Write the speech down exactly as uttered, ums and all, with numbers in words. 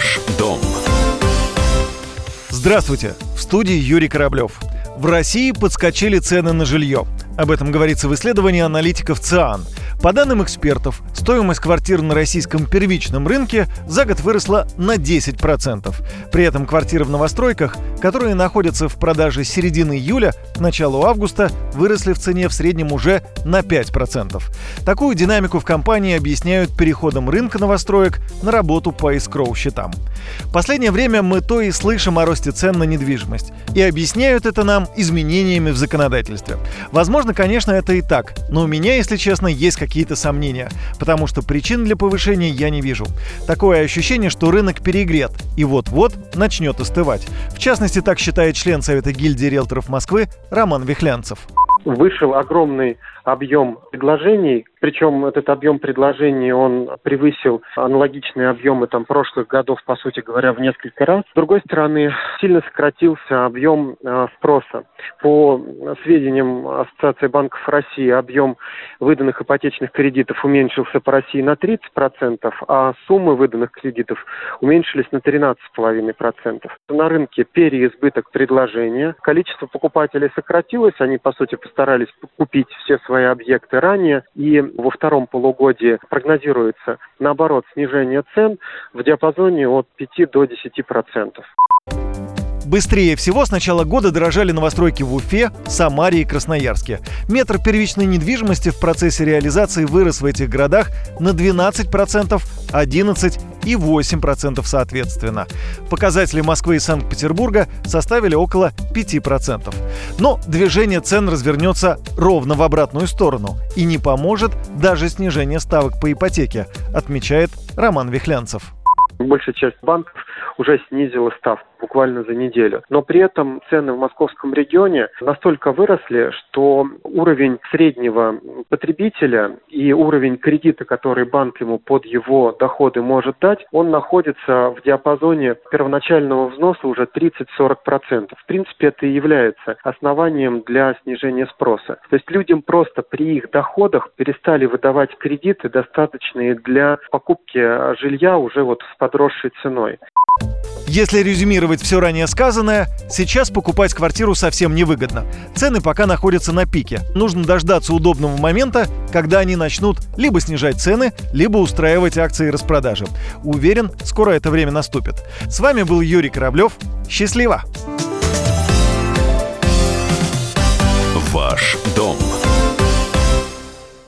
Ваш дом. Здравствуйте! В студии Юрий Кораблев. В России подскочили цены на жилье. Об этом говорится в исследовании аналитиков ЦИАН. По данным экспертов, стоимость квартир на российском первичном рынке за год выросла на десять процентов. При этом квартиры в новостройках, которые находятся в продаже с середины июля к началу августа, выросли в цене в среднем уже на пять процентов. Такую динамику в компании объясняют переходом рынка новостроек на работу по эскроу-счетам. В последнее время мы то и слышим о росте цен на недвижимость. И объясняют это нам изменениями в законодательстве. Возможно, конечно, это и так, но у меня, если честно, есть какие-то сомнения, потому что причин для повышения я не вижу. Такое ощущение, что рынок перегрет и вот-вот начнет остывать. В частности, так считает член Совета гильдии риэлторов Москвы Роман Вихлянцев. Вышел огромный объем предложений, причем этот объем предложений, он превысил аналогичные объемы там, прошлых годов, по сути говоря, в несколько раз. С другой стороны, сильно сократился объем э, спроса. По сведениям Ассоциации банков России, объем выданных ипотечных кредитов уменьшился по России на тридцать процентов, а суммы выданных кредитов уменьшились на тринадцать целых пять десятых процента. На рынке переизбыток предложения, количество покупателей сократилось, они, по сути, постарались купить все свои объекты ранее, и во втором полугодии прогнозируется, наоборот, снижение цен в диапазоне от пяти до десяти процентов. Быстрее всего с начала года дорожали новостройки в Уфе, Самаре и Красноярске. Метр первичной недвижимости в процессе реализации вырос в этих городах на двенадцать процентов, одиннадцать процентов и восемь процентов соответственно. Показатели Москвы и Санкт-Петербурга составили около пяти процентов. Но движение цен развернется ровно в обратную сторону и не поможет даже снижение ставок по ипотеке, отмечает Роман Вихлянцев. Большая часть банков уже снизила ставку буквально за неделю. Но при этом цены в московском регионе настолько выросли, что уровень среднего потребителя и уровень кредита, который банк ему под его доходы может дать, он находится в диапазоне первоначального взноса уже тридцать-сорок процентов. В принципе, это и является основанием для снижения спроса. То есть людям просто при их доходах перестали выдавать кредиты, достаточные для покупки жилья уже вот с подросшей ценой. Если резюмировать все ранее сказанное, сейчас покупать квартиру совсем невыгодно. Цены пока находятся на пике. Нужно дождаться удобного момента, когда они начнут либо снижать цены, либо устраивать акции распродажи. Уверен, скоро это время наступит. С вами был Юрий Кораблев. Счастливо! Ваш дом.